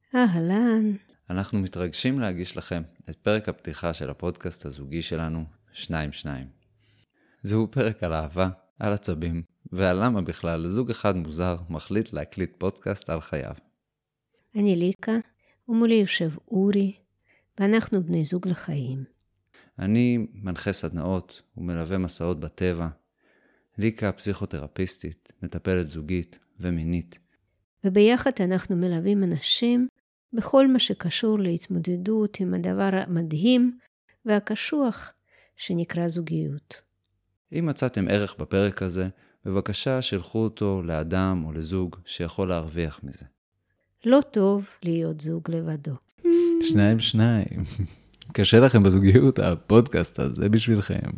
אהלן. אנחנו מתרגשים להגיש לכם את פרק הפתיחה של הפודקאסט הזוגי שלנו, 2-2. זהו פרק על אהבה, על עצבים, ועל למה בכלל זוג אחד מוזר מחליט להקליט פודקאסט על חייו. אני ליקה, ומולי יושב אורי, ואנחנו בני זוג לחיים. אני מנחה סדנאות ומלווה מסעות בטבע. ליקה פסיכותרפיסטית, מטפלת זוגית ומינית. וביחד אנחנו מלווים אנשים בכל מה שקשור להתמודדות עם הדבר המדהים והקשוח שנקרא זוגיות. אם מצאתם ערך בפרק הזה, בבקשה שלחו אותו לאדם או לזוג שיכול להרוויח מזה. לא טוב להיות זוג לבדו. 2-2. קשה לכם בזוגיות, הפודקאסט הזה בשבילכם.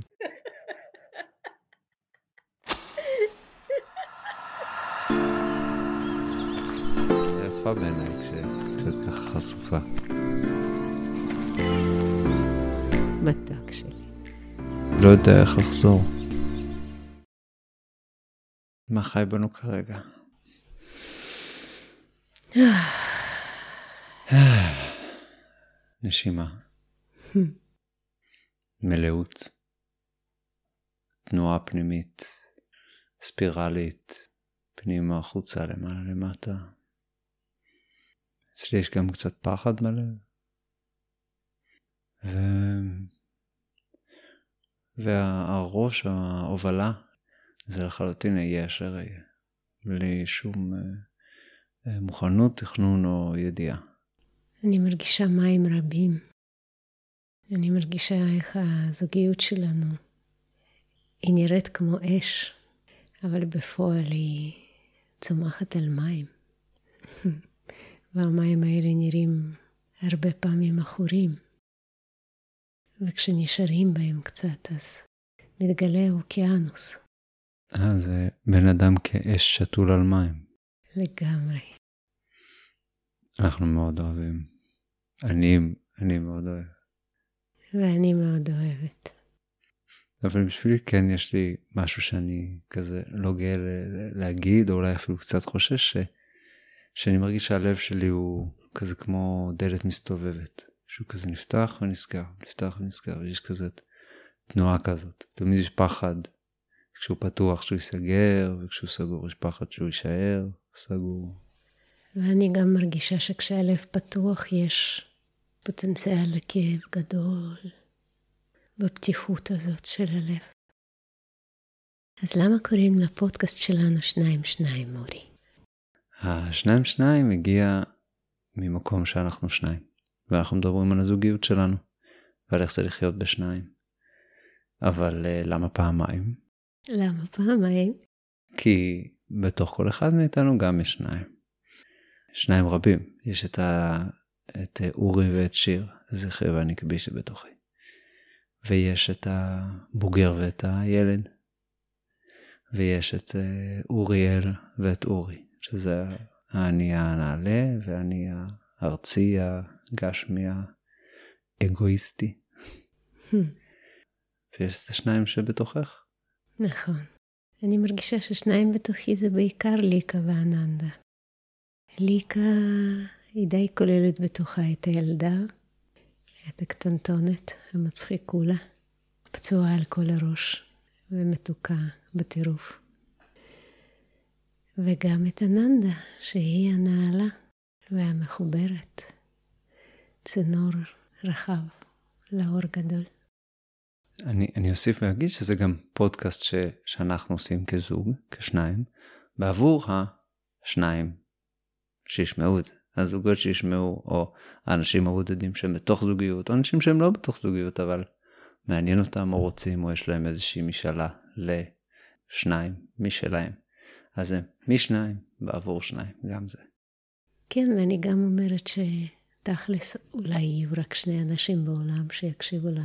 יפה בעיניי כשאת ככה חשופה. מתק שלי. לא יודע איך לחזור. מה חי בנו כרגע? נשימה. מלאות. תנועה פנימית. ספירלית. פנימה החוצה למעלה למטה. אצלי יש גם קצת פחד בלב. והראש, ההובלה, זה לחלוטין יהיה אשר יהיה. בלי שום מוכנות, תכנון או ידיעה. אני מרגישה מים רבים. אני מרגישה איך הזוגיות שלנו היא נראית כמו אש, אבל בפועל היא צומחת על מים. והמים האלה נראים הרבה פעמים אחורים. וכשנשארים בהם קצת, אז מתגלה אוקיינוס. זה בן אדם כאש שתול על מים. לגמרי. אנחנו מאוד אוהבים. אני מאוד אוהב. ואני מאוד אוהבת. אבל בשבילי כן יש לי משהו שאני כזה לא גאה להגיד, או אולי אפילו קצת חושש, שאני מרגיש שהלב שלי הוא כזה כמו דלת מסתובבת. שהוא כזה נפתח ונסגר, נפתח ונסגר, ויש כזה תנועה כזאת. תמיד יש פחד כשהוא פתוח שהוא ייסגר, וכשהוא סגור יש פחד שהוא יישאר סגור. ואני גם מרגישה שכשהלב פתוח יש פוטנציאל לכאב גדול בפתיחות הזאת של הלב. אז למה קוראים לפודקאסט שלנו 2-2, מורי? 2-2 הגיע ממקום שאנחנו שניים. ואנחנו מדברים על הזוגיות שלנו, ועל איך זה לחיות בשניים. אבל למה פעמיים? למה פעמיים? כי בתוך כל אחד מאיתנו גם יש שניים. שניים רבים. יש את אורי ואת שיר, זכרי והנקבי שבתוכי. ויש את הבוגר ואת הילד. ויש את אוריאל ואת אורי, שזה אני הנעלה ואני הארצי, הגשמי, האגואיסטי. ויש את השניים שבתוכך. נכון. אני מרגישה ששניים בתוכי זה בעיקר ליקה ואננדה. ליקה היא די כוללת בתוכה את הילדה, את הקטנטונת, המצחיקולה, פצועה על כל הראש ומתוקה בטירוף. וגם את אננדה, שהיא הנעלה והמחוברת. צינור רחב לאור גדול. אני אוסיף ואגיד שזה גם פודקאסט שאנחנו עושים כזוג, כשניים, בעבור השניים שישמעו את זה. הזוגות שישמעו, או האנשים הבודדים שהם בתוך זוגיות, או אנשים שהם לא בתוך זוגיות, אבל מעניין אותם או רוצים, או יש להם איזושהי משאלה לשניים משלהם. אז זה משניים בעבור שניים, גם זה. כן, ואני גם אומרת שתכלס אולי יהיו רק שני אנשים בעולם שיקשיבו לנו.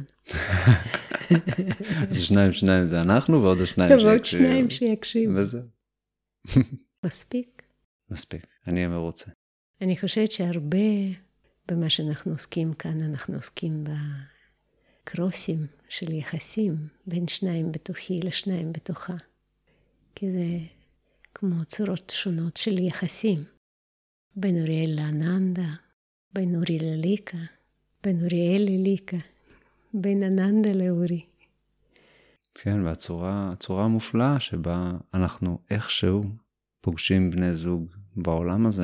אז שניים זה אנחנו, ועוד השניים ועוד שניים שיקשיבו. וזה. מספיק? מספיק, אני אהיה מרוצה. אני חושבת שהרבה במה שאנחנו עוסקים כאן, אנחנו עוסקים בקרוסים של יחסים בין שניים בתוכי לשניים בתוכה. כי זה כמו צורות שונות של יחסים. בין אוריאל לאננדה, בין אורי לליקה, בין אוריאל לליקה, בין אננדה לאורי. כן, והצורה המופלאה שבה אנחנו איכשהו פוגשים בני זוג בעולם הזה,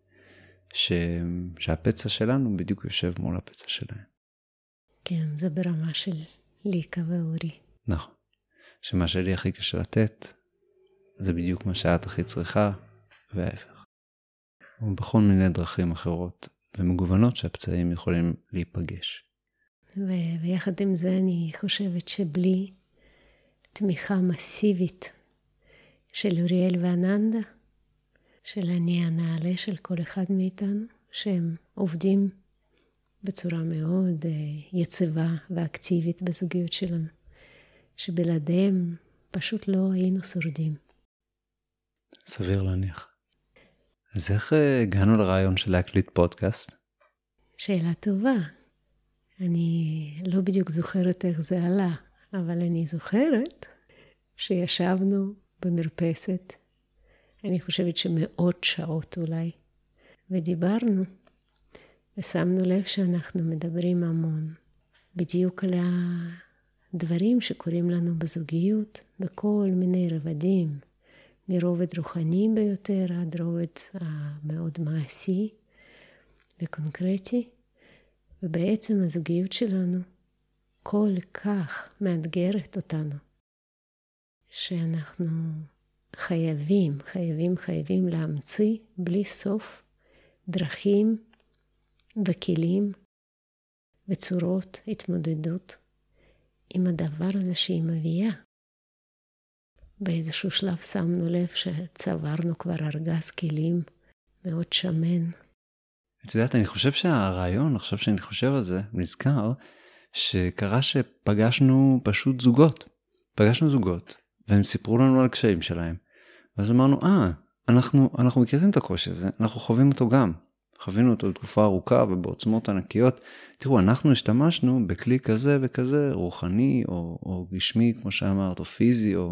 שהפצע שלנו בדיוק יושב מול הפצע שלהם. כן, זה ברמה של ליקה ואורי. נכון. שמה שלי הכי קשה לתת, זה בדיוק מה שאת הכי צריכה, וההפך. ובכל מיני דרכים אחרות ומגוונות שהפצעים יכולים להיפגש. ויחד עם זה אני חושבת שבלי תמיכה מסיבית של אוריאל ואננדה, של אני הנעלה של כל אחד מאיתנו, שהם עובדים בצורה מאוד יציבה ואקטיבית בזוגיות שלנו, שבלעדיהם פשוט לא היינו שורדים. סביר להניח. אז איך הגענו לרעיון של להקליט פודקאסט? שאלה טובה. אני לא בדיוק זוכרת איך זה עלה, אבל אני זוכרת שישבנו במרפסת, אני חושבת שמאות שעות אולי, ודיברנו, ושמנו לב שאנחנו מדברים המון, בדיוק על הדברים שקורים לנו בזוגיות, בכל מיני רבדים, מרובד רוחני ביותר עד רובד המאוד מעשי וקונקרטי, ובעצם הזוגיות שלנו כל כך מאתגרת אותנו, שאנחנו חייבים להמציא בלי סוף דרכים וכלים וצורות התמודדות עם הדבר הזה שהיא מביאה. באיזשהו שלב שמנו לב שצברנו כבר ארגז כלים מאוד שמן. את יודעת, אני חושב שהרעיון, עכשיו שאני חושב על זה, נזכר שקרה שפגשנו פשוט זוגות. פגשנו זוגות, והם סיפרו לנו על הקשיים שלהם. ואז אמרנו, אנחנו מכירים את הקושי הזה, אנחנו חווים אותו גם. חווינו אותו לתקופה ארוכה ובעוצמות ענקיות. תראו, אנחנו השתמשנו בכלי כזה וכזה, רוחני או גשמי, כמו שאמרת, או פיזי, או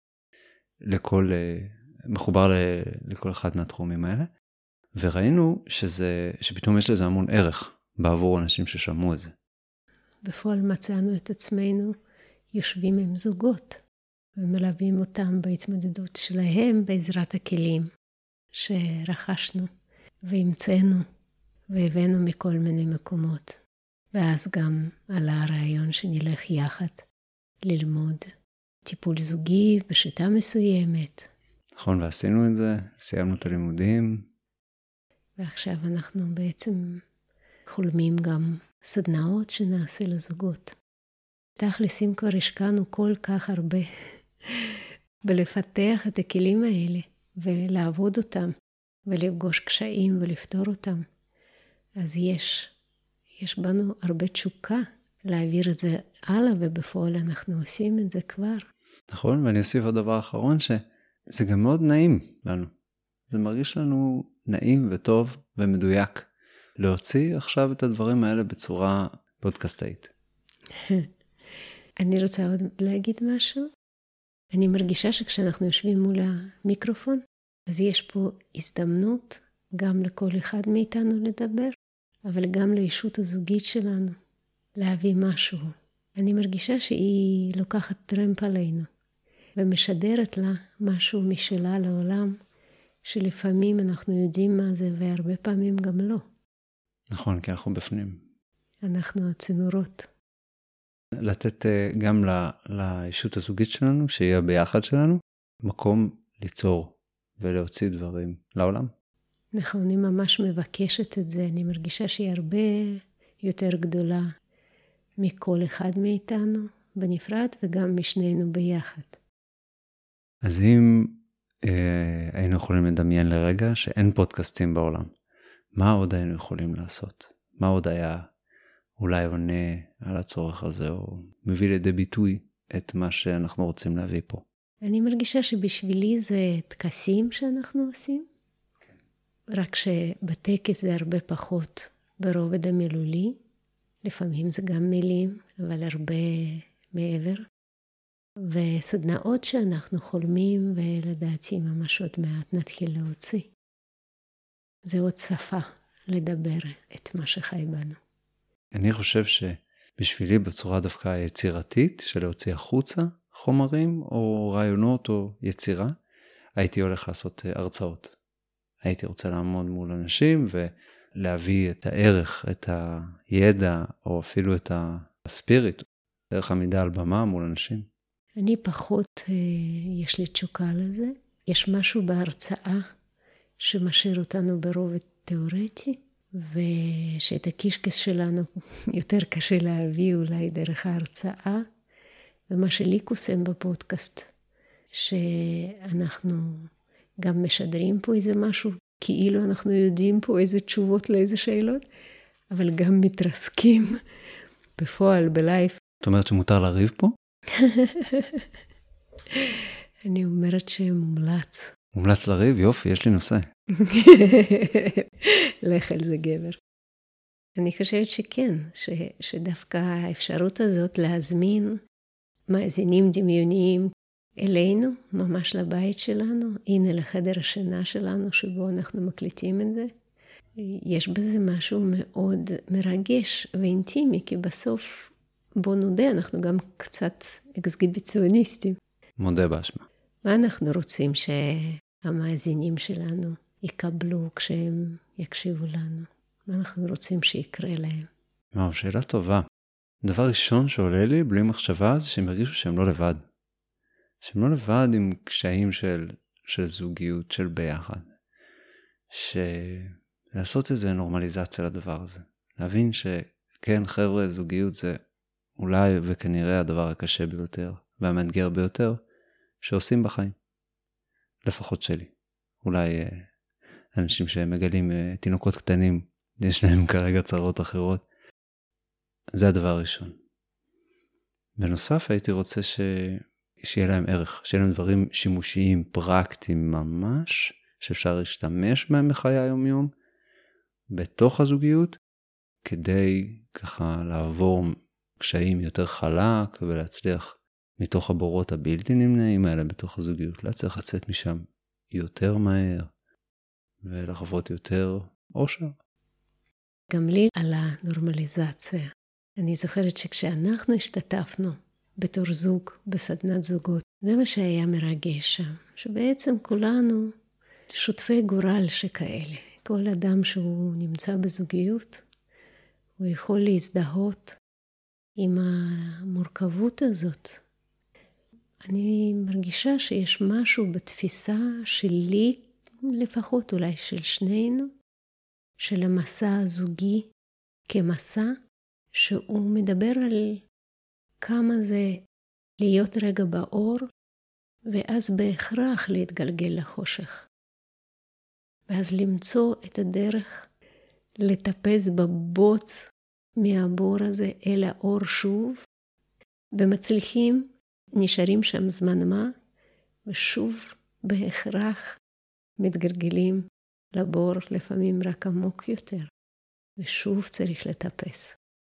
מחובר לכל אחד מהתחומים האלה. וראינו שפתאום יש לזה המון ערך בעבור אנשים ששמעו את זה. בפועל מצאנו את עצמנו יושבים עם זוגות, ומלווים אותם בהתמודדות שלהם בעזרת הכלים שרכשנו והמצאנו והבאנו מכל מיני מקומות. ואז גם עלה הרעיון שנלך יחד ללמוד טיפול זוגי בשיטה מסוימת. נכון, ועשינו את זה, סיימנו את הלימודים. ועכשיו אנחנו בעצם חולמים גם סדנאות שנעשה לזוגות. תכלסים כבר השקענו כל כך הרבה בלפתח את הכלים האלה ולעבוד אותם ולפגוש קשיים ולפתור אותם. אז יש בנו הרבה תשוקה להעביר את זה הלאה, ובפועל אנחנו עושים את זה כבר. נכון, ואני אוסיף עוד דבר אחרון, שזה גם מאוד נעים לנו. זה מרגיש לנו נעים וטוב ומדויק להוציא עכשיו את הדברים האלה בצורה פודקאסטאית. אני רוצה עוד להגיד משהו. אני מרגישה שכשאנחנו יושבים מול המיקרופון, אז יש פה הזדמנות גם לכל אחד מאיתנו לדבר, אבל גם לאישות הזוגית שלנו להביא משהו. אני מרגישה שהיא לוקחת טרמפ עלינו, ומשדרת לה משהו משלה לעולם, שלפעמים אנחנו יודעים מה זה, והרבה פעמים גם לא. נכון, כי אנחנו בפנים. אנחנו הצינורות. לתת גם לאישות הזוגית שלנו, שהיא הביחד שלנו, מקום ליצור ולהוציא דברים לעולם. נכון, אני ממש מבקשת את זה. אני מרגישה שהיא הרבה יותר גדולה מכל אחד מאיתנו בנפרד, וגם משנינו ביחד. אז אם היינו יכולים לדמיין לרגע שאין פודקאסטים בעולם, מה עוד היינו יכולים לעשות? מה עוד היה אולי עונה על הצורך הזה, או מביא לידי ביטוי את מה שאנחנו רוצים להביא פה? אני מרגישה שבשבילי זה טקסים שאנחנו עושים, רק שבטקס זה הרבה פחות ברובד המילולי, לפעמים זה גם מילים, אבל הרבה מעבר. וסדנאות שאנחנו חולמים, ולדעתי ממש עוד מעט נתחיל להוציא. זה עוד שפה לדבר את מה שחי בנו. אני חושב שבשבילי בצורה דווקא יצירתית, של להוציא החוצה חומרים או רעיונות או יצירה, הייתי הולך לעשות הרצאות. הייתי רוצה לעמוד מול אנשים ולהביא את הערך, את הידע או אפילו את הספיריט, דרך עמידה על במה מול אנשים. אני פחות, יש לי תשוקה לזה. יש משהו בהרצאה שמשאיר אותנו ברובד תיאורטי, ושאת הקישקס שלנו יותר קשה להביא אולי דרך ההרצאה. ומה שלי קוסם בפודקאסט, שאנחנו גם משדרים פה איזה משהו, כאילו אנחנו יודעים פה איזה תשובות לאיזה שאלות, אבל גם מתרסקים בפועל, בלייב. זאת אומרת שמותר לריב פה? אני אומרת שמומלץ. מומלץ לריב? יופי, יש לי נושא. לך על זה גבר. אני חושבת שכן, שדווקא האפשרות הזאת להזמין מאזינים דמיוניים אלינו, ממש לבית שלנו, הנה לחדר השינה שלנו שבו אנחנו מקליטים את זה. יש בזה משהו מאוד מרגש ואינטימי, כי בסוף, בוא נודה, אנחנו גם קצת אקסגיביציוניסטים. מודה באשמה. מה אנחנו רוצים שהמאזינים שלנו יקבלו כשהם יקשיבו לנו? מה אנחנו רוצים שיקרה להם? וואו, שאלה טובה. דבר ראשון שעולה לי בלי מחשבה זה שהם הרגישו שהם לא לבד. שהם לא לבד עם קשיים של זוגיות, של ביחד. שלעשות איזה נורמליזציה לדבר הזה. להבין שכן, חבר'ה, זוגיות זה אולי וכנראה הדבר הקשה ביותר והמאתגר ביותר שעושים בחיים. לפחות שלי. אולי אנשים שמגלים תינוקות קטנים, יש להם כרגע צרות אחרות. זה הדבר הראשון. בנוסף, הייתי רוצה שיהיה להם ערך, שיהיה להם דברים שימושיים, פרקטיים ממש, שאפשר להשתמש בהם בחיי היום-יום, בתוך הזוגיות, כדי ככה לעבור קשיים יותר חלק, ולהצליח מתוך הבורות הבלתי נמנעים האלה בתוך הזוגיות, להצליח לצאת משם יותר מהר, ולחוות יותר אושר. גם לי על הנורמליזציה. אני זוכרת שכשאנחנו השתתפנו בתור זוג, בסדנת זוגות, זה מה שהיה מרגש שם, שבעצם כולנו שותפי גורל שכאלה. כל אדם שהוא נמצא בזוגיות, הוא יכול להזדהות עם המורכבות הזאת. אני מרגישה שיש משהו בתפיסה שלי, לפחות אולי של שנינו, של המסע הזוגי כמסע, שהוא מדבר על כמה זה להיות רגע באור, ואז בהכרח להתגלגל לחושך. ואז למצוא את הדרך לטפס בבוץ מהבור הזה אל האור שוב, ומצליחים, נשארים שם זמן מה, ושוב בהכרח מתגלגלים לבור, לפעמים רק עמוק יותר, ושוב צריך לטפס.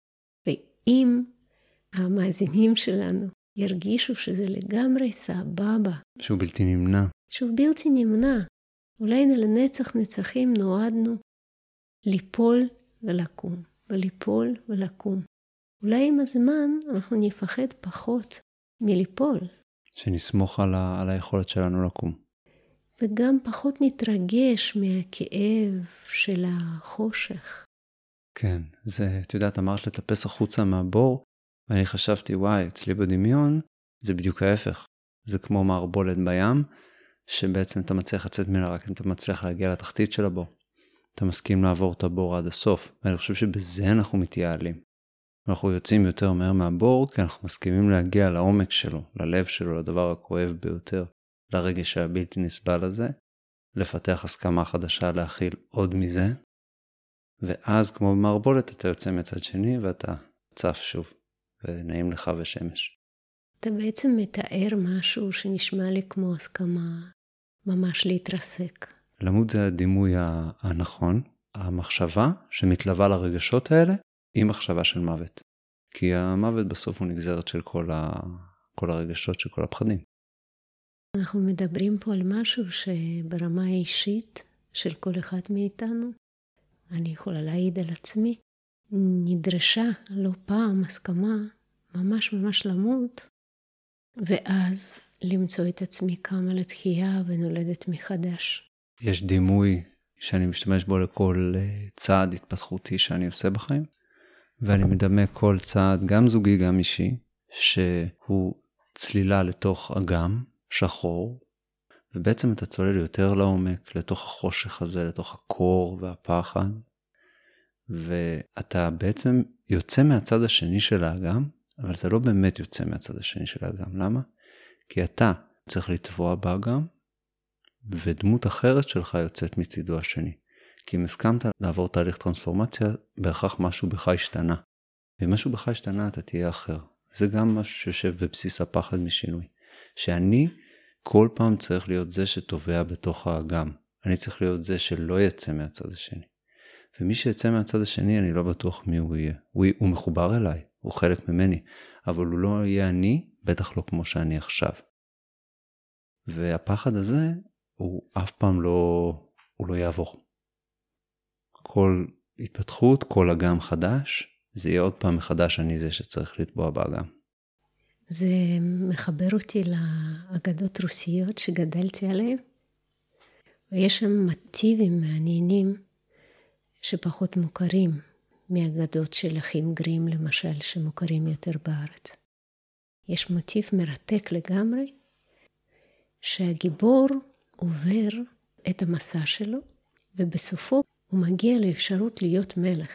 ואם המאזינים שלנו ירגישו שזה לגמרי סבבה, שהוא בלתי נמנע. שהוא בלתי נמנע, אולי לנצח נצחים נועדנו ליפול ולקום, וליפול ולקום. אולי עם הזמן אנחנו נפחד פחות מליפול. שנסמוך על היכולת שלנו לקום. וגם פחות נתרגש מהכאב של החושך. כן, זה, את יודעת, אמרת לטפס החוצה מהבור, ואני חשבתי, וואי, אצלי בדמיון, זה בדיוק ההפך. זה כמו מערבולת בים, שבעצם אתה מצליח לצאת ממנה רק אם אתה מצליח להגיע לתחתית של הבור. אתה מסכים לעבור את הבור עד הסוף, ואני חושב שבזה אנחנו מתייעלים. אנחנו יוצאים יותר מהר מהבור, כי אנחנו מסכימים להגיע לעומק שלו, ללב שלו, לדבר הכואב ביותר, לרגש הבלתי נסבל הזה, לפתח הסכמה חדשה להכיל עוד מזה, ואז כמו במערבולת אתה יוצא מצד שני ואתה צף שוב, ונעים לך ושמש. אתה בעצם מתאר משהו שנשמע לי כמו הסכמה ממש להתרסק. למות זה הדימוי הנכון, המחשבה שמתלווה לרגשות האלה, היא מחשבה של מוות. כי המוות בסוף הוא נגזרת של כל הרגשות, של כל הפחדים. אנחנו מדברים פה על משהו שברמה האישית של כל אחד מאיתנו, אני יכולה להעיד על עצמי, נדרשה לא פעם הסכמה ממש ממש למות, ואז למצוא את עצמי קמה לתחייה ונולדת מחדש. יש דימוי שאני משתמש בו לכל צעד התפתחותי שאני עושה בחיים, ואני מדמה כל צעד, גם זוגי, גם אישי, שהוא צלילה לתוך אגם שחור, ובעצם אתה צולל יותר לעומק, לתוך החושך הזה, לתוך הקור והפחד, ואתה בעצם יוצא מהצד השני של האגם, אבל אתה לא באמת יוצא מהצד השני של האגם. למה? כי אתה צריך לטבוע באגם, ודמות אחרת שלך יוצאת מצידו השני. כי אם הסכמת לעבור תהליך טרנספורמציה, בהכרח משהו בך השתנה. ומשהו בך השתנה, אתה תהיה אחר. זה גם משהו שיושב בבסיס הפחד משינוי. שאני כל פעם צריך להיות זה שטובע בתוך האגם. אני צריך להיות זה שלא יצא מהצד השני. ומי שיצא מהצד השני, אני לא בטוח מי הוא יהיה. הוא מחובר אליי, הוא חלק ממני. אבל הוא לא יהיה אני, בטח לא כמו שאני עכשיו. והפחד הזה, הוא אף פעם לא יעבור. כל התפתחות, כל אגם חדש, זה יהיה עוד פעם מחדש, אני זה שצריך לטבוע באגם. זה מחבר אותי לאגדות רוסיות שגדלתי עליהן, ויש שם מוטיבים מעניינים שפחות מוכרים מאגדות של אחים גרים, למשל, שמוכרים יותר בארץ. יש מוטיב מרתק לגמרי, שהגיבור עובר את המסע שלו, ובסופו הוא מגיע לאפשרות להיות מלך.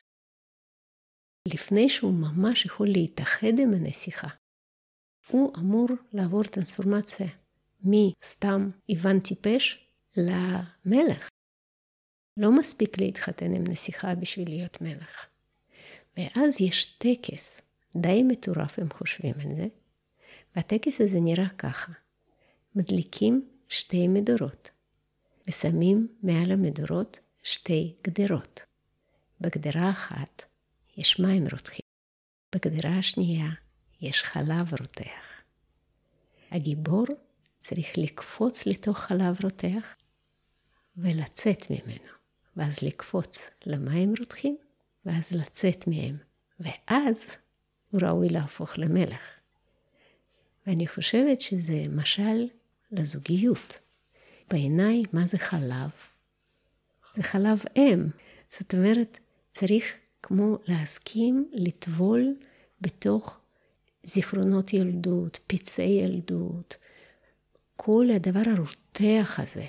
לפני שהוא ממש יכול להתאחד עם הנסיכה, הוא אמור לעבור טרנספורמציה מסתם איוון טיפש למלך. לא מספיק להתחתן עם נסיכה בשביל להיות מלך. ואז יש טקס די מטורף, הם חושבים על זה, והטקס הזה נראה ככה. מדליקים 2 מדורות, ושמים מעל המדורות 2 גדרות. בגדרה אחת יש מים רותחים, בגדרה השנייה יש חלב רותח. הגיבור צריך לקפוץ לתוך חלב רותח ולצאת ממנו, ואז לקפוץ למים רותחים, ואז לצאת מהם, ואז הוא ראוי להפוך למלך. ואני חושבת שזה משל לזוגיות. בעיניי, מה זה חלב? זה חלב אם. זאת אומרת, צריך כמו להסכים לטבול בתוך זיכרונות ילדות, פצעי ילדות, כל הדבר הרותח הזה,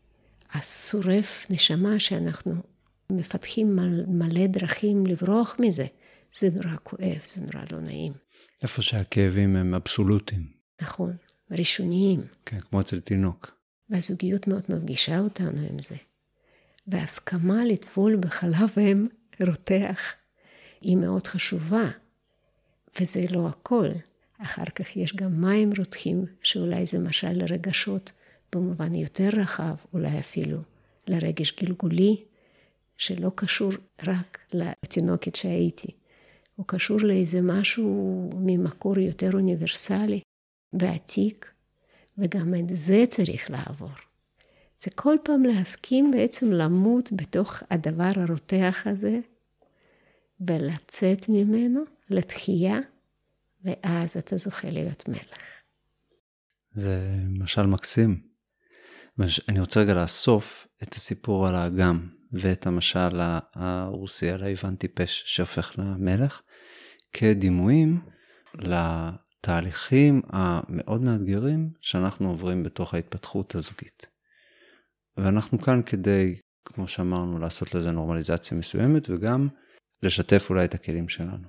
השורף נשמה שאנחנו מפתחים מלא דרכים לברוח מזה, זה נורא כואב, זה נורא לא נעים. איפה שהכאבים הם אבסולוטיים. נכון, ראשוניים. כן, כמו אצל תינוק. והזוגיות מאוד מפגישה אותנו עם זה. והסכמה לטבול בחלב אם רותח היא מאוד חשובה, וזה לא הכל. אחר כך יש גם מים רותחים, שאולי זה משל לרגשות במובן יותר רחב, אולי אפילו לרגש גלגולי, שלא קשור רק לתינוקת שהייתי. הוא קשור לאיזה משהו ממקור יותר אוניברסלי ועתיק, וגם את זה צריך לעבור. זה כל פעם להסכים בעצם למות בתוך הדבר הרותח הזה, ולצאת ממנו לתחייה, ואז אתה זוכה להיות מלך. זה משל מקסים. אני רוצה רגע לאסוף את הסיפור על האגם, ואת המשל הרוסי על האיוון טיפש שהופך למלך, כדימויים לתהליכים המאוד מאתגרים שאנחנו עוברים בתוך ההתפתחות הזוגית. ואנחנו כאן כדי, כמו שאמרנו, לעשות לזה נורמליזציה מסוימת, וגם לשתף אולי את הכלים שלנו.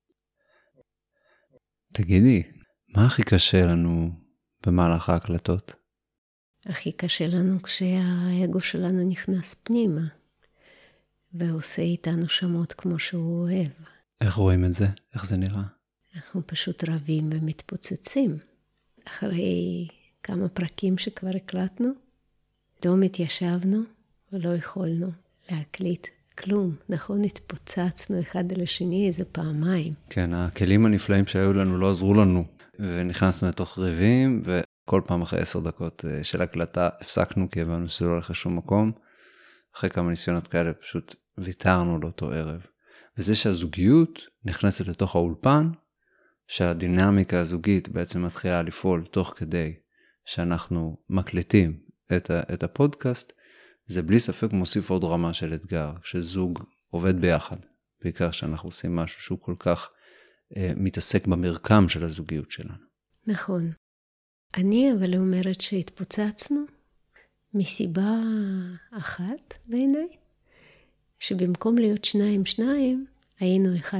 תגידי, מה הכי קשה לנו במהלך ההקלטות? הכי קשה לנו כשהאגו שלנו נכנס פנימה, ועושה איתנו שמות כמו שהוא אוהב. איך רואים את זה? איך זה נראה? אנחנו פשוט רבים ומתפוצצים. אחרי כמה פרקים שכבר הקלטנו, פתאום התיישבנו ולא יכולנו להקליט כלום. נכון, התפוצצנו אחד על השני איזה פעמיים. כן, הכלים הנפלאים שהיו לנו לא עזרו לנו, ונכנסנו לתוך ריבים, וכל פעם אחרי 10 דקות של הקלטה הפסקנו, כי הבנו שזה לא הולך לשום מקום. אחרי כמה ניסיונות כאלה פשוט ויתרנו לאותו ערב. וזה שהזוגיות נכנסת לתוך האולפן, שהדינמיקה הזוגית בעצם מתחילה לפעול תוך כדי שאנחנו מקליטים את הפודקאסט, זה בלי ספק מוסיף עוד רמה של אתגר, כשזוג עובד ביחד, בעיקר שאנחנו עושים משהו שהוא כל כך מתעסק במרקם של הזוגיות שלנו. נכון. אני אבל אומרת שהתפוצצנו מסיבה אחת בעיניי, שבמקום להיות 2-2, היינו 1-1.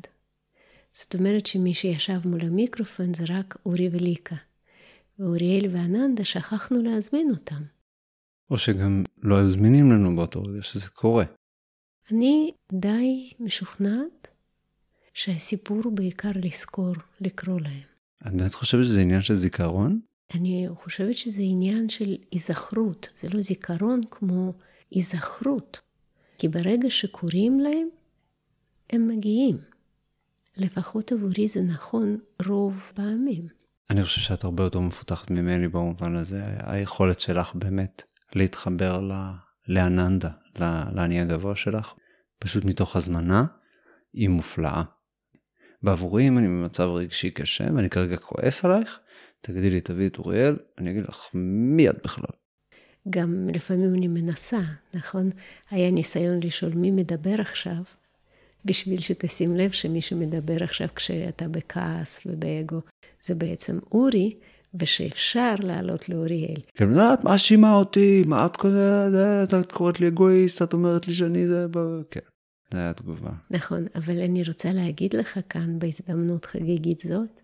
זאת אומרת שמי שישב מול המיקרופון זה רק אורי וליקה. ואוריאל ואננדה שכחנו להזמין אותם. או שגם לא היו זמינים לנו באותו רגע שזה קורה. אני די משוכנעת שהסיפור הוא בעיקר לזכור, לקרוא להם. את באמת חושבת שזה עניין של זיכרון? אני חושבת שזה עניין של היזכרות. זה לא זיכרון כמו היזכרות. כי ברגע שקוראים להם, הם מגיעים. לפחות עבורי זה נכון רוב פעמים. אני חושב שאת הרבה יותר מפותחת ממני במובן הזה. היכולת שלך באמת להתחבר לאננדה, לעני הגבוה שלך, פשוט מתוך הזמנה, היא מופלאה. בעבורי, אם אני במצב רגשי קשה, ואני כרגע כועס עלייך, תגידי לי, תביא את אוריאל, אני אגיד לך, מי את בכלל? גם לפעמים אני מנסה, נכון? היה ניסיון לשאול מי מדבר עכשיו, בשביל שתשים לב שמי שמדבר עכשיו כשאתה בכעס ובאגו, זה בעצם אורי, ושאפשר לעלות לאוריאל. כן, את מאשימה אותי, מה את קוראת לי אגואיסט, את אומרת לי שאני זה, כן, זה היה תגובה. נכון, אבל אני רוצה להגיד לך כאן בהזדמנות חגיגית זאת,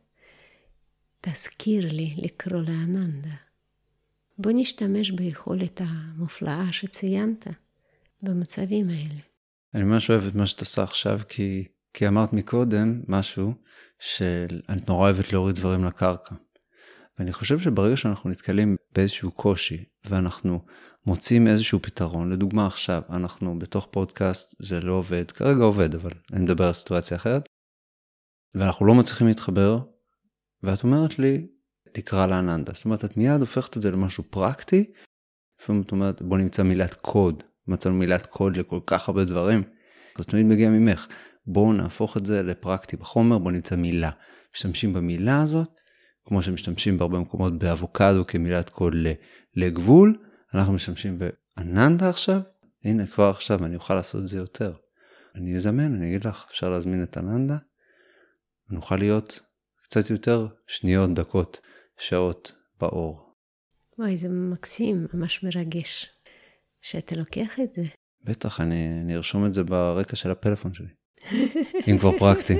תזכיר לי לקרוא לאננדה. בוא נשתמש ביכולת המופלאה שציינת במצבים האלה. אני ממש אוהב את מה שאת עושה עכשיו, כי אמרת מקודם משהו שאת נורא אוהבת להוריד דברים לקרקע. ואני חושב שברגע שאנחנו נתקלים באיזשהו קושי, ואנחנו מוצאים איזשהו פתרון, לדוגמה עכשיו, אנחנו בתוך פודקאסט, זה לא עובד, כרגע עובד, אבל אני מדבר על סיטואציה אחרת, ואנחנו לא מצליחים להתחבר, ואת אומרת לי, תקרא לאננדה. זאת אומרת, את מיד הופכת את זה למשהו פרקטי, לפעמים את אומרת, בוא נמצא מילת קוד, מצאנו מילת קוד לכל כך הרבה דברים, אז תמיד מגיע ממך, בואו נהפוך את זה לפרקטי בחומר, בואו נמצא מילה. משתמשים במילה הזאת, כמו שמשתמשים בהרבה מקומות באבוקדו כמילת קוד לגבול, אנחנו משתמשים באננדה עכשיו, הנה כבר עכשיו אני אוכל לעשות את זה יותר. אני אזמן, אני אגיד לך, אפשר להזמין את אננדה, ונוכל להיות קצת יותר שניות, דקות, שעות באור. וואי, זה מקסים, ממש מרגש. שאתה לוקח את זה. בטח, אני ארשום את זה ברקע של הפלאפון שלי. אם כבר פרקטי.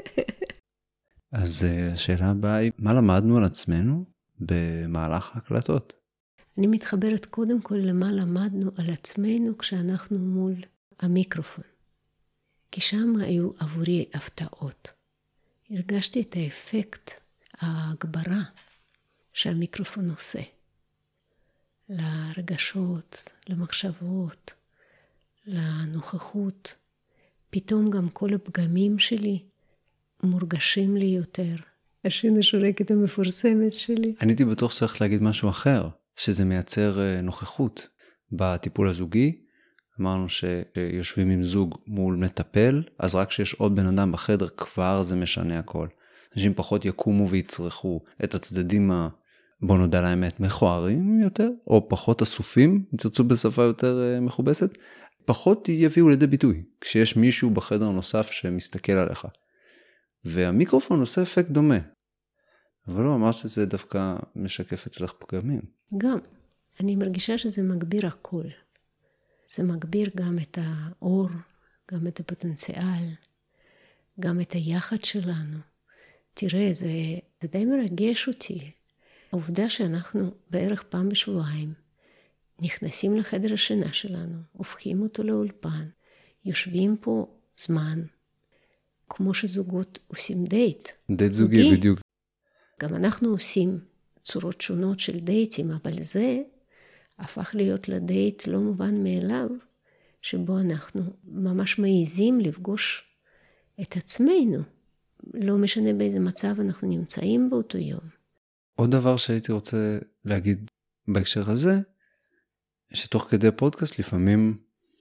אז השאלה הבאה היא, מה למדנו על עצמנו במהלך ההקלטות? אני מתחברת קודם כל למה למדנו על עצמנו כשאנחנו מול המיקרופון. כי שם היו עבורי הפתעות. הרגשתי את האפקט, ההגברה שהמיקרופון עושה. לרגשות, למחשבות, לנוכחות. פתאום גם כל הפגמים שלי מורגשים לי יותר. השין השורקת המפורסמת שלי. אני הייתי בטוח שצריך להגיד משהו אחר, שזה מייצר נוכחות. בטיפול הזוגי, אמרנו שיושבים עם זוג מול מטפל, אז רק שיש עוד בן אדם בחדר, כבר זה משנה הכל. אנשים פחות יקומו ויצרכו את הצדדים בוא נודע לאמת, מכוערים יותר, או פחות אסופים, אם תרצו בשפה יותר מכובסת, פחות יביאו לידי ביטוי, כשיש מישהו בחדר נוסף שמסתכל עליך. והמיקרופון עושה אפקט דומה. אבל לא, אמר שזה דווקא משקף אצלך פגמים. גם, אני מרגישה שזה מגביר הכל. זה מגביר גם את האור, גם את הפוטנציאל, גם את היחד שלנו. תראה, זה די מרגש אותי. העובדה שאנחנו בערך פעם בשבועיים נכנסים לחדר השינה שלנו, הופכים אותו לאולפן, יושבים פה זמן, כמו שזוגות עושים דייט. דייט זוגי בדיוק. גם אנחנו עושים צורות שונות של דייטים, אבל זה הפך להיות לדייט לא מובן מאליו, שבו אנחנו ממש מעיזים לפגוש את עצמנו. לא משנה באיזה מצב אנחנו נמצאים באותו יום. עוד דבר שהייתי רוצה להגיד בהקשר הזה, שתוך כדי הפודקאסט לפעמים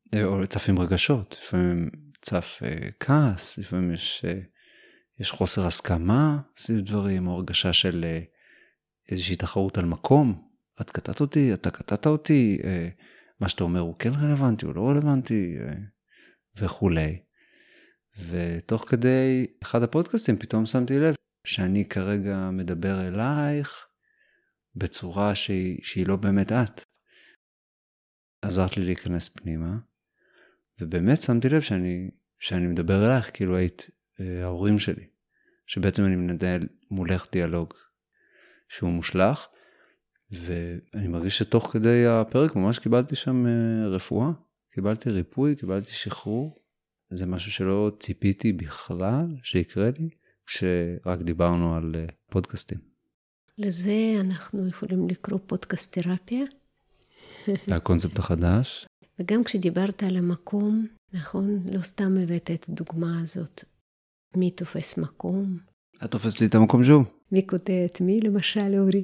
או צפים רגשות, לפעמים צף כעס, לפעמים יש חוסר הסכמה סביב דברים, או הרגשה של איזושהי תחרות על מקום, את קטעת אותי, אתה קטעת אותי, מה שאתה אומר הוא כן רלוונטי, הוא לא רלוונטי, וכולי. ותוך כדי אחד הפודקאסטים פתאום שמתי לב שאני כרגע מדבר אלייך בצורה שהיא לא באמת את. עזרת לי להיכנס פנימה, ובאמת שמתי לב שאני מדבר אלייך כאילו היית ההורים שלי, שבעצם אני מנהל מולך דיאלוג שהוא מושלח, ואני מרגיש שתוך כדי הפרק ממש קיבלתי שם רפואה, קיבלתי ריפוי, קיבלתי שחרור, זה משהו שלא ציפיתי בכלל שיקרה לי, כשרק דיברנו על פודקאסטים. לזה אנחנו יכולים לקרוא פודקאסט תרפיה. זה הקונספט החדש. וגם כשדיברת על המקום, נכון, לא סתם הבאת את הדוגמה הזאת. מי תופס מקום? את תופס לי את המקום שוב. מי קוטע את מי, למשל, אורי?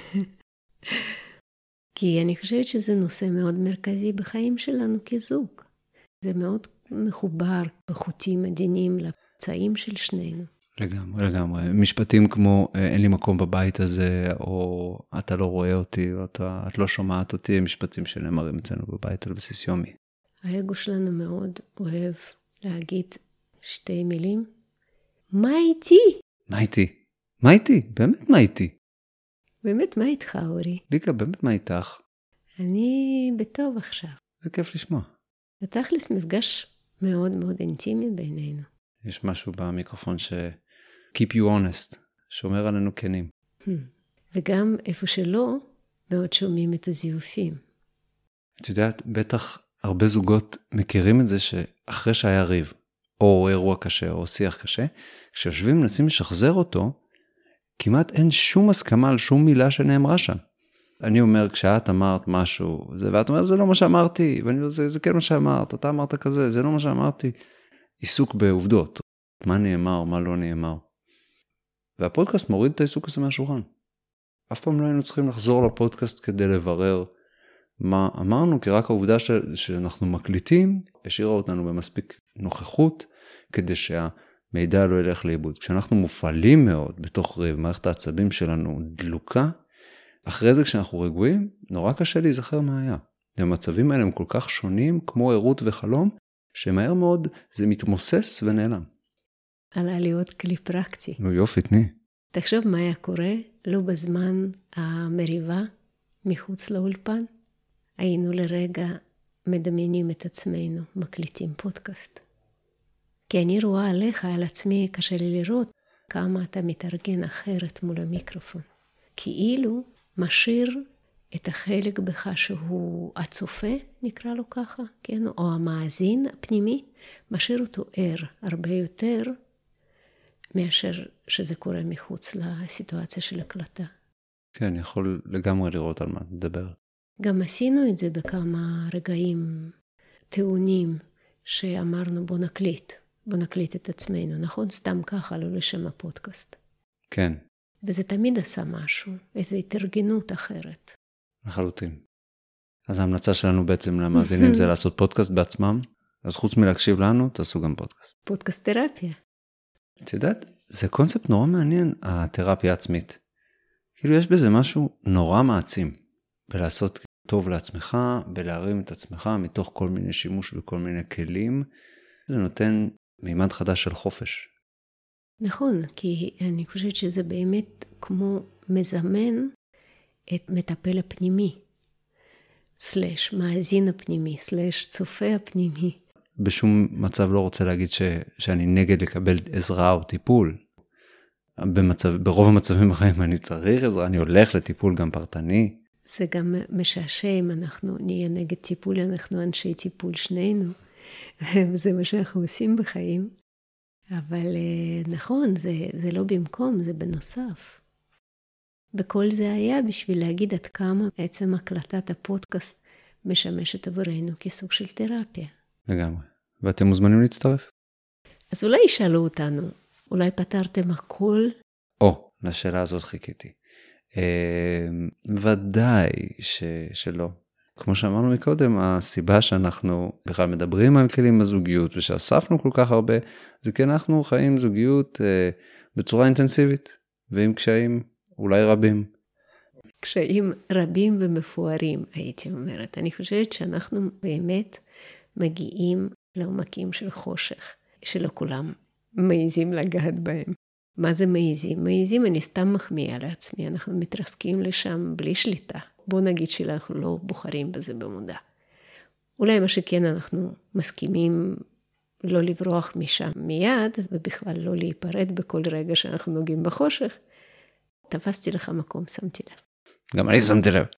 כי אני חושבת שזה נושא מאוד מרכזי בחיים שלנו כזוג. זה מאוד מחובר בחוטים עדינים לפצעים של שנינו. לגמרי, לגמרי. משפטים כמו אין לי מקום בבית הזה, או אתה לא רואה אותי, או את לא שומעת אותי, הם משפטים שנאמרים אצלנו בבית על בסיס יומי. האגו שלנו מאוד אוהב להגיד שתי מילים. מה איתי? מה איתי? מה איתי? באמת מה איתי? באמת מה איתך, אורי? ליקה, באמת מה איתך? אני בטוב עכשיו. זה כיף לשמוע. זה תכלס מפגש מאוד מאוד אינטימי בינינו. יש משהו במיקרופון keep you honest, שומר עלינו כנים. וגם איפה שלא, מאוד שומעים את הזיופים. את יודעת, בטח הרבה זוגות מכירים את זה שאחרי שהיה ריב, או אירוע קשה, או שיח קשה, כשיושבים מנסים לשחזר אותו, כמעט אין שום הסכמה על שום מילה שנאמרה שם. אני אומר, כשאת אמרת משהו, ואת אומרת, זה לא מה שאמרתי, ואני אומר, זה כן מה שאמרת, אתה אמרת כזה, זה לא מה שאמרתי. עיסוק בעובדות, מה נאמר, מה לא נאמר. והפודקאסט מוריד את העיסוק הזה מהשולחן. אף פעם לא היינו צריכים לחזור לפודקאסט כדי לברר מה אמרנו, כי רק העובדה שאנחנו מקליטים, השאירה אותנו במספיק נוכחות, כדי שהמידע לא ילך לאיבוד. כשאנחנו מופעלים מאוד בתוך ריב, מערכת העצבים שלנו דלוקה, אחרי זה כשאנחנו רגועים, נורא קשה להיזכר מה היה. המצבים האלה הם כל כך שונים, כמו עירות וחלום, שמהר מאוד זה מתמוסס ונעלם. עלה להיות כלי פרקטי. נו יופי, תני. תחשוב מה היה קורה, לא בזמן המריבה, מחוץ לאולפן, היינו לרגע מדמיינים את עצמנו, מקליטים פודקאסט. כי אני רואה עליך, על עצמי, קשה לי לראות כמה אתה מתארגן אחרת מול המיקרופון. כאילו משאיר את החלק בך שהוא הצופה, נקרא לו ככה, כן? או המאזין הפנימי, משאיר אותו ער הרבה יותר מאשר שזה קורה מחוץ לסיטואציה של הקלטה. כן, יכול לגמרי לראות על מה לדבר. גם עשינו את זה בכמה רגעים טעונים שאמרנו בוא נקליט את עצמנו, נכון? סתם ככה, לא לשם הפודקאסט. כן. וזה תמיד עשה משהו, איזו התארגנות אחרת. לחלוטין. אז ההמלצה שלנו בעצם למאזינים זה לעשות פודקאסט בעצמם, אז חוץ מלהקשיב לנו, תעשו גם פודקאסט. פודקאסט תרפיה. את יודעת, זה קונספט נורא מעניין, התרפיה העצמית. כאילו יש בזה משהו נורא מעצים, בלעשות טוב לעצמך, בלהרים את עצמך מתוך כל מיני שימוש וכל מיני כלים, זה נותן מימד חדש של חופש. נכון, כי אני חושבת שזה באמת כמו מזמן את מטפל הפנימי, סלש מאזין הפנימי, סלש צופה הפנימי. בשום מצב לא רוצה להגיד שאני נגד לקבל עזרה או טיפול. ברוב המצבים בחיים אני צריך עזרה, אני הולך לטיפול גם פרטני. זה גם משעשע אם אנחנו נהיה נגד טיפול, אנחנו אנשי טיפול שנינו, וזה מה שאנחנו עושים בחיים. אבל נכון, זה לא במקום, זה בנוסף. בכל זה היה בשביל להגיד עד כמה בעצם הקלטת הפודקאסט משמשת עבורנו כסוג של תרפיה. לגמרי. ואתם מוזמנים להצטרף. אז אולי ישאלו אותנו, אולי פתרתם הכל? לשאלה הזאת חיכיתי. ודאי שלא. כמו שאמרנו מקודם, הסיבה שאנחנו בכלל מדברים על כלים בזוגיות, ושאספנו כל כך הרבה, זה כי אנחנו חיים זוגיות בצורה אינטנסיבית, ועם קשיים אולי רבים. קשיים רבים ומפוארים, הייתי אומרת. אני חושבת שאנחנו באמת מגיעים לעומקים של חושך, שלא כולם מעיזים לגעת בהם. מה זה מעיזים? מעיזים, אני סתם מחמיאה לעצמי, אנחנו מתרסקים לשם בלי שליטה. בוא נגיד שאנחנו לא בוחרים בזה במודע. אולי מה שכן אנחנו מסכימים לא לברוח משם מיד, ובכלל לא להיפרד בכל רגע שאנחנו נוגעים בחושך. תפסתי לך מקום, שמתי לב. גם אני שמתי לב.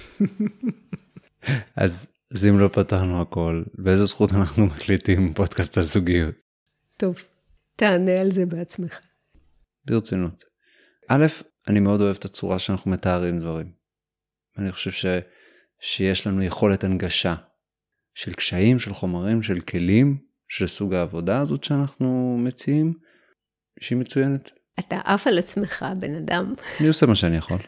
אז אם לא פתרנו הכל, באיזו זכות אנחנו מקליטים פודקאסט על זוגיות? טוב, תענה על זה בעצמך. ברצינות. א', אני מאוד אוהב את הצורה שאנחנו מתארים דברים. אני חושב שיש לנו יכולת הנגשה של קשיים, של חומרים, של כלים, של סוג העבודה הזאת שאנחנו מציעים, שהיא מצוינת. אתה עף על עצמך, בן אדם. אני עושה מה שאני יכול.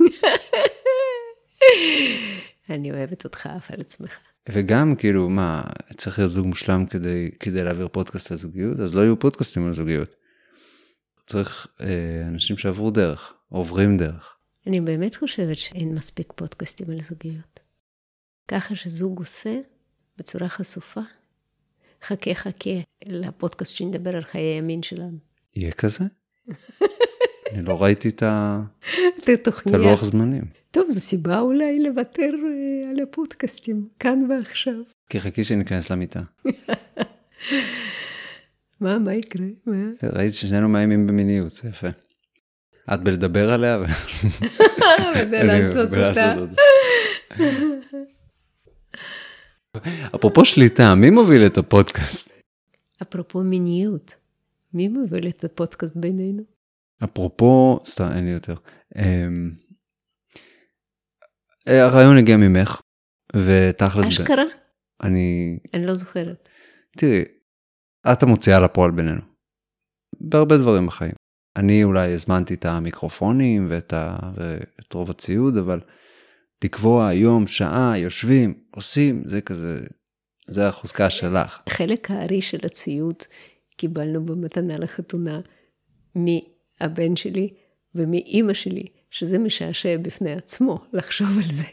אני אוהבת אותך עף על עצמך. וגם כאילו, מה, צריך להיות זוג מושלם כדי להעביר פודקאסט על זוגיות? אז לא יהיו פודקאסטים על זוגיות. צריך אנשים שעברו דרך, עוברים דרך. אני באמת חושבת שאין מספיק פודקאסטים על זוגיות. ככה שזוג עושה בצורה חשופה. חכה לפודקאסט שנדבר על חיי הימין שלנו. יהיה כזה? אני לא ראיתי את תוכניה. הלוח זמנים. טוב, זו סיבה אולי לוותר על הפודקאסטים, כאן ועכשיו. כי חכי שניכנס למיטה. מה יקרה? ראיתי ששנינו מאיימים במיניות, זה יפה. את בלדבר עליה ולעשות אותה. אפרופו שליטה, מי מוביל את הפודקאסט? אפרופו מיניות, מי מוביל את הפודקאסט בינינו? אפרופו, סתם, אין לי יותר. הרעיון הגיע ממך, ותכלס... אשכרה? אני לא זוכרת. תראי, את המוציאה לפועל בינינו. בהרבה דברים בחיים. אני אולי הזמנתי את המיקרופונים ואת רוב הציוד, אבל לקבוע יום, שעה, יושבים, עושים, זה כזה, זה החוזקה שלך. חלק הארי של הציוד קיבלנו במתנה לחתונה מהבן שלי ומאמא שלי, שזה משעשע בפני עצמו לחשוב על זה,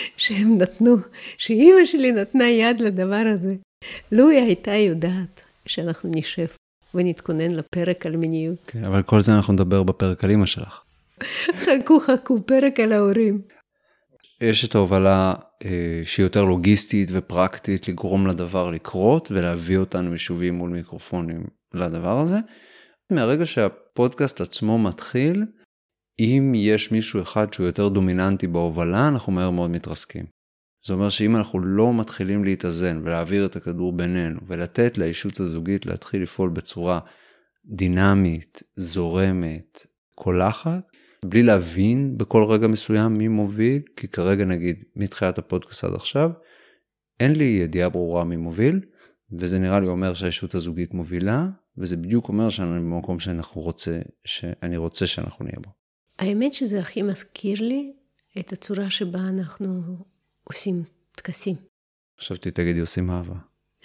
שאמא שלי נתנה יד לדבר הזה. לו היא הייתה יודעת שאנחנו נשב ונתכונן לפרק על מיניות. כן, אבל כל זה אנחנו נדבר בפרק על אמא שלך. חכו, פרק על ההורים. יש את ההובלה שהיא יותר לוגיסטית ופרקטית לגרום לדבר לקרות ולהביא אותנו ישובים מול מיקרופונים לדבר הזה. מהרגע שהפודקאסט עצמו מתחיל, אם יש מישהו אחד שהוא יותר דומיננטי בהובלה, אנחנו מהר מאוד מתרסקים. זה אומר שאם אנחנו לא מתחילים להתאזן ולהעביר את הכדור בינינו ולתת לאישות הזוגית להתחיל לפעול בצורה דינמית, זורמת, קולחת, בלי להבין בכל רגע מסוים מי מוביל, כי כרגע נגיד מתחילת הפודקאסט עד עכשיו, אין לי ידיעה ברורה מי מוביל, וזה נראה לי אומר שהאישות הזוגית מובילה, וזה בדיוק אומר שאני במקום שאני רוצה שאנחנו נהיה בו. האמת שזה הכי מזכיר לי את הצורה שבה אנחנו עושים טקסים. חשבתי תגידי עושים אהבה.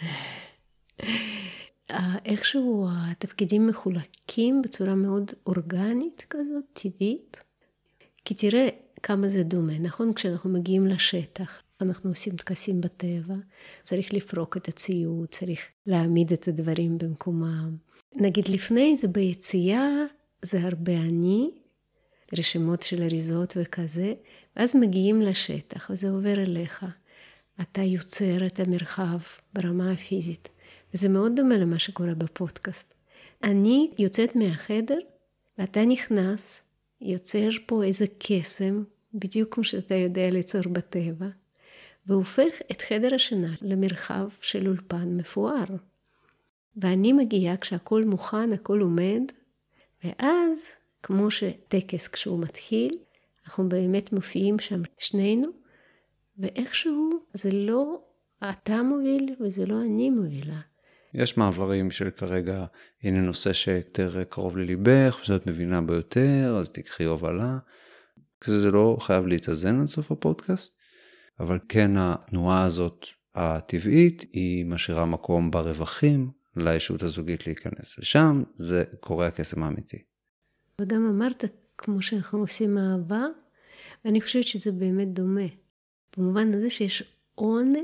איכשהו התפקידים מחולקים בצורה מאוד אורגנית כזאת, טבעית. כי תראה כמה זה דומה, נכון? כשאנחנו מגיעים לשטח, אנחנו עושים טקסים בטבע, צריך לפרוק את הציוד, צריך להעמיד את הדברים במקומם. נגיד לפני זה ביציאה, זה הרבה אני, רשימות של אריזות וכזה, ואז מגיעים לשטח, וזה עובר אליך. אתה יוצר את המרחב ברמה הפיזית. וזה מאוד דומה למה שקורה בפודקאסט. אני יוצאת מהחדר, ואתה נכנס, יוצר פה איזה קסם, בדיוק כמו שאתה יודע ליצור בטבע, והופך את חדר השינה למרחב של אולפן מפואר. ואני מגיעה כשהכל מוכן, הכל עומד, ואז, כמו שטקס כשהוא מתחיל, אנחנו באמת מופיעים שם שנינו, ואיכשהו זה לא אתה מוביל וזה לא אני מובילה. יש מעברים של כרגע, הנה נושא שיותר קרוב לליבך, ושאת מבינה ביותר, אז תקחי הובלה. זה לא חייב להתאזן עד סוף הפודקאסט, אבל כן התנועה הזאת הטבעית היא משאירה מקום ברווחים לישות הזוגית להיכנס. ושם זה קורה הקסם האמיתי. וגם אמרת, כמו שאנחנו עושים אהבה, ואני חושבת שזה באמת דומה. במובן הזה שיש עונג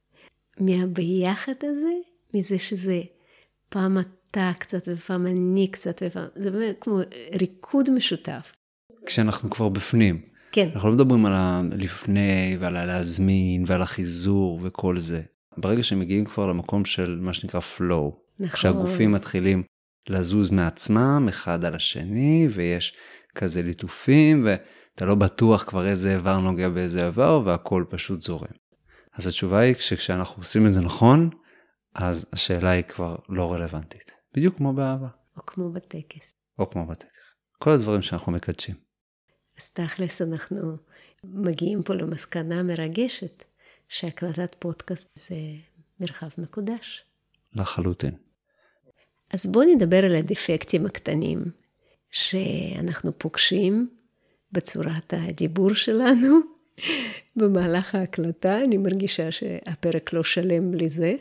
מהביחד הזה, מזה שזה פעם אתה קצת ופעם אני קצת, זה באמת כמו ריקוד משותף. כשאנחנו כבר בפנים. כן. אנחנו לא מדברים על הלפני ועל הלהזמין ועל החיזור וכל זה. ברגע שמגיעים כבר למקום של מה שנקרא flow, נכון. שהגופים מתחילים לזוז מעצמם אחד על השני, ויש כזה ליטופים, ואתה לא בטוח כבר איזה איבר נוגע באיזה איבר, והכל פשוט זורם. אז התשובה היא שכשאנחנו עושים את זה נכון, אז השאלה היא כבר לא רלוונטית. בדיוק כמו באהבה. או כמו בטקס. או כמו בטקס. כל הדברים שאנחנו מקדשים. אז תכלס אנחנו מגיעים פה למסקנה מרגשת, שהקלטת פודקאסט זה מרחב מקודש. לחלוטין. אז בואו נדבר על הדיפקטים הקטנים שאנחנו פוגשים בצורת הדיבור שלנו במהלך ההקלטה. אני מרגישה שהפרק לא שלם בלי זה.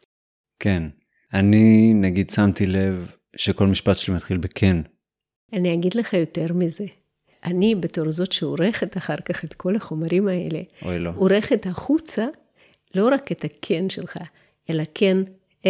כן. אני נגיד שמתי לב שכל משפט שלי מתחיל בכן. אני אגיד לך יותר מזה. אני בתור זאת שעורכת אחר כך את כל החומרים האלה, לא. עורכת החוצה לא רק את הכן שלך, אלא כן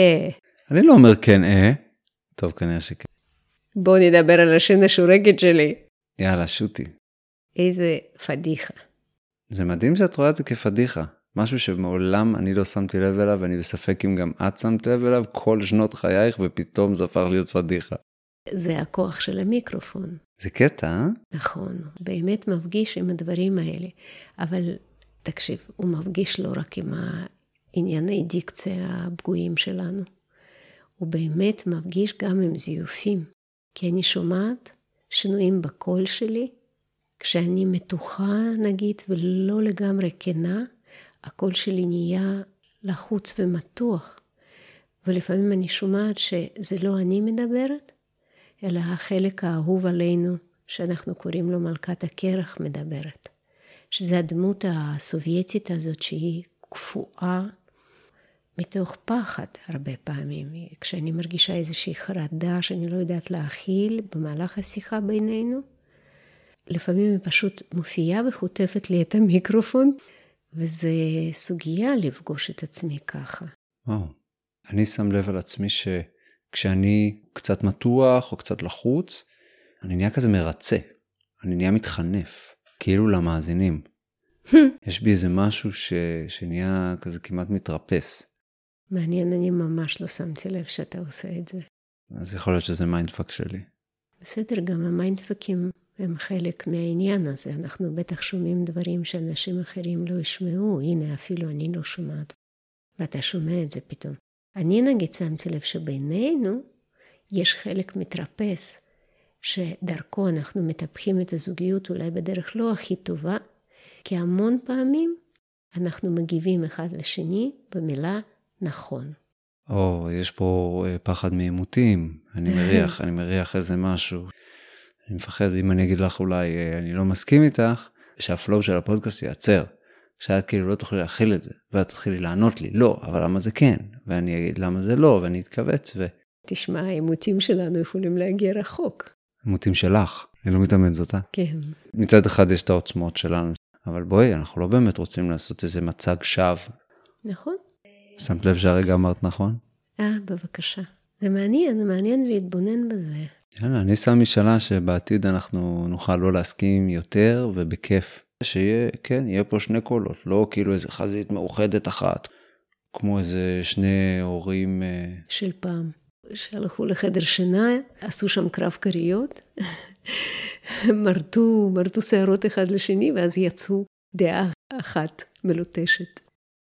אני לא אומר כן טוב, כנראה שכן. בוא נדבר על השן השורקת שלי. יאללה, שוטי. איזה פדיחה. זה מדהים שאת רואה את זה כפדיחה. משהו שמעולם אני לא שמתי לב אליו, ואני בספק אם גם את שמת לב אליו כל שנות חייך, ופתאום זה הפך להיות פדיחה. זה הכוח של המיקרופון. זה קטע, נכון, באמת מפגיש עם הדברים האלה. אבל תקשיב, הוא מפגיש לא רק עם הענייני דיקציה הפגועים שלנו. הוא באמת מפגיש גם עם זיופים. כי אני שומעת שינויים בקול שלי, כשאני מתוחה נגיד ולא לגמרי כנה, הקול שלי נהיה לחוץ ומתוח. ולפעמים אני שומעת שזה לא אני מדברת, אלא החלק האהוב עלינו, שאנחנו קוראים לו מלכת הקרח מדברת. שזה הדמות הסובייטית הזאת שהיא קפואה, מתוך פחד הרבה פעמים. כשאני מרגישה איזושהי חרדה שאני לא יודעת להכיל במהלך השיחה בינינו, לפעמים היא פשוט מופיעה וחוטפת לי את המיקרופון, וזה סוגיה לפגוש את עצמי ככה. וואו. אני שם לב על עצמי שכשאני קצת מתוח או קצת לחוץ, אני נהיה כזה מרצה. אני נהיה מתחנף, כאילו למאזינים. יש בי איזה משהו שנהיה כזה כמעט מתרפס. מעניין, אני ממש לא שמתי לב שאתה עושה את זה. אז יכול להיות שזה מיינדפק שלי. בסדר, גם המיינדפקים הם חלק מהעניין הזה. אנחנו בטח שומעים דברים שאנשים אחרים לא ישמעו. הנה, אפילו אני לא שומעת. ואתה שומע את זה פתאום. אני נגיד שמתי לב שבינינו יש חלק מתרפס, שדרכו אנחנו מטפחים את הזוגיות אולי בדרך לא הכי טובה, כי המון פעמים אנחנו מגיבים אחד לשני במילה נכון. יש פה פחד מעימותים, אני מריח איזה משהו. אני מפחד, אם אני אגיד לך אולי, אני לא מסכים איתך, שהפלואו של הפודקאסט ייעצר. שאת כאילו לא תוכלי להכיל את זה, ואת תתחילי לענות לי, לא, אבל למה זה כן? ואני אגיד למה זה לא, ואני אתכווץ תשמע, העימותים שלנו יכולים להגיע רחוק. עימותים שלך, אני לא מתאמן זאתה. כן. מצד אחד יש את העוצמות שלנו, אבל בואי, אנחנו לא באמת רוצים לעשות איזה מצג שווא. נכון. שמת לב שהרגע אמרת נכון? בבקשה. זה מעניין להתבונן בזה. יאללה, אני שם משאלה שבעתיד אנחנו נוכל לא להסכים יותר ובכיף. שיהיה, כן, יהיה פה שני קולות, לא כאילו איזה חזית מאוחדת אחת, כמו איזה שני הורים של פעם, שהלכו לחדר שינה, עשו שם קרב קריות, מרתו שערות אחד לשני, ואז יצאו דעה אחת מלוטשת.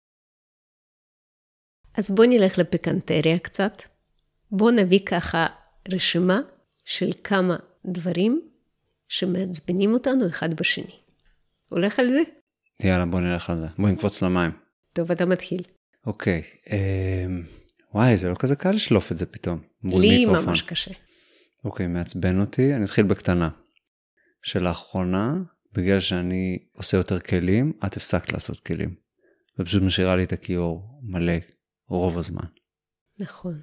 אז בוא נלך לפיקנטריה קצת. בוא נביא ככה רשימה של כמה דברים שמעצבנים אותנו אחד בשני. הולך על זה? יאללה, בוא נלך על זה. בוא נקפוץ למים. טוב, אתה מתחיל. אוקיי. וואי, זה לא כזה קל לשלוף את זה פתאום. לי ממש קשה. אוקיי, מעצבן אותי. אני אתחיל בקטנה. שלאחרונה, בגלל שאני עושה יותר כלים, את הפסקת לעשות כלים. ופשוט משאירה לי את הכיור מלא רוב הזמן. נכון.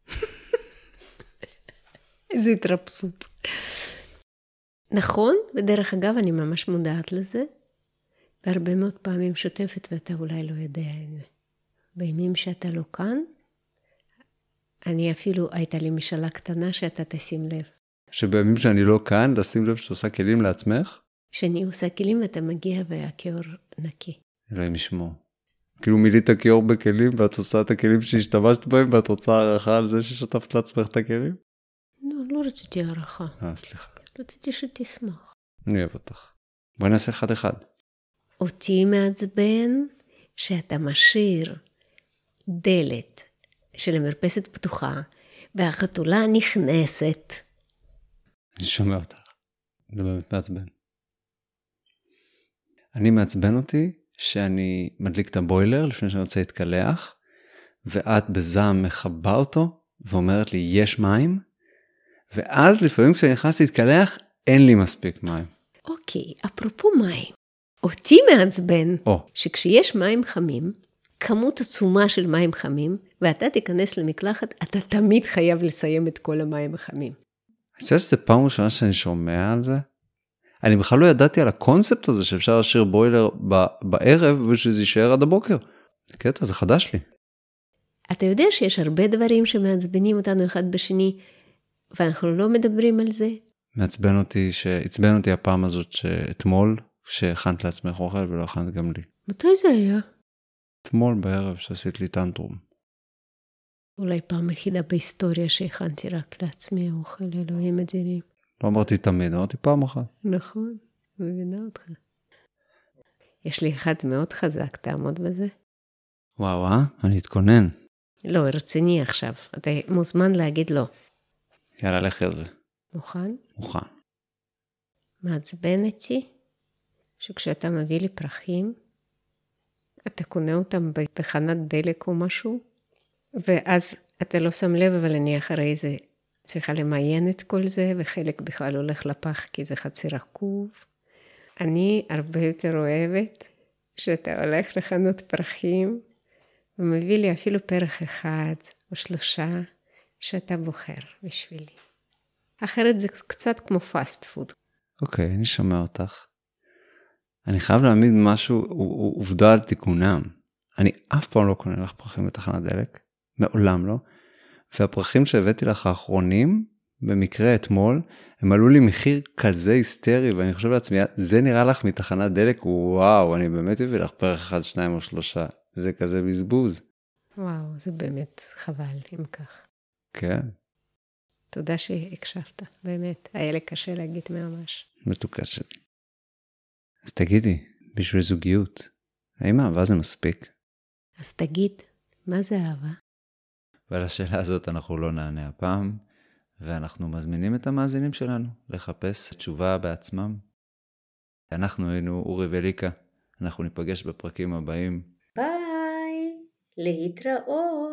איזו התרפסות. נכון, בדרך אגב, אני ממש מודעת לזה, והרבה מאוד פעמים שוטפת, ואתה אולי לא יודע את זה. בימים שאתה לא כאן, אני אפילו, הייתה לי משאלה קטנה שאתה תשים לב. שבימים שאני לא כאן, לשים לב שאתה עושה כלים לעצמך? שאני עושה כלים ואתה מגיע והכיור נקי. אלוהים ישמור. כאילו מילאת כיור בכלים, ואת עושה את הכלים שהשתמשת בהם, ואת רוצה הערכה על זה ששטפת לעצמך את הכלים? לא רציתי הערכה. סליחה. רציתי שתשמח. אני אוהב אותך. בואי נעשה אחד. אותי מעצבן שאתה משאיר דלת של המרפסת פתוחה, והחתולה נכנסת. אני שומע אותך. זה באמת מעצבן. אני מעצבן אותי שאני מדליק את הבוילר לפני שאני רוצה להתקלח, ואת בזעם מחבה אותו, ואומרת לי, יש מים? ואז לפעמים כשאני נכנס להתקלח, אין לי מספיק מים. אוקיי, אפרופו מים. אותי מעצבן שכשיש מים חמים, כמות עצומה של מים חמים, ואתה תיכנס למקלחת, אתה תמיד חייב לסיים את כל המים החמים. אני חושב שזה פעם ראשונה שאני שומע על זה. אני בכלל לא ידעתי על הקונספט הזה שאפשר להשאיר בוילר בערב ושזה יישאר עד הבוקר. זה קטע, זה חדש לי. אתה יודע שיש הרבה דברים שמעצבנים אותנו אחד בשני, ואנחנו לא מדברים על זה? מעצבן אותי הפעם הזאת שאתמול, שהכנת לעצמך אוכל ולא הכנת גם לי. מתי זה היה? אתמול בערב שעשית לי טנטרום. אולי פעם יחידה בהיסטוריה שהכנתי רק לעצמי אוכל, אלוהים אדירים. לא אמרתי תמיד, אמרתי פעם אחת. נכון, מבינה אותך. יש לי אחד מאוד חזק, תעמוד בזה. וואו, אני אתכונן. לא, רציני עכשיו. אתה מוזמן להגיד לא. יאללה, לך על זה. מוכן? מוכן. מעצבן אותי שכשאתה מביא לי פרחים, אתה קונה אותם בתחנת דלק או משהו, ואז אתה לא שם לב, אבל אני אחרי זה צריכה למיין את כל זה, וחלק בכלל הולך לפח כי זה חצי רקוב. אני הרבה יותר אוהבת שאתה הולך לחנות פרחים, ומביא לי אפילו פרח אחד או 3 שאתה בוחר בשבילי. אחרת זה קצת כמו פאסט פוד. אוקיי, אני שומע אותך. אני חייב להעמיד משהו, עובדה על תיקונם. אני אף פעם לא קונה לך פרחים בתחנת דלק, מעולם לא. והפרחים שהבאתי לך האחרונים, במקרה אתמול, הם עלו לי מחיר כזה היסטרי, ואני חושב לעצמי, זה נראה לך מתחנת דלק, וואו, אני באמת הביא לך פרח 1, 2 או 3, זה כזה בזבוז. וואו, זה באמת חבל, אם כך. כן. תודה שהקשבת, באמת, היה לי קשה להגיד ממש. מתוקה שלי. אז תגידי, בשביל זוגיות, האם אהבה זה מספיק? אז תגיד, מה זה אהבה? ועל השאלה הזאת אנחנו לא נענה הפעם, ואנחנו מזמינים את המאזינים שלנו לחפש תשובה בעצמם. אנחנו היינו אורי וליקה, אנחנו ניפגש בפרקים הבאים. ביי, להתראות.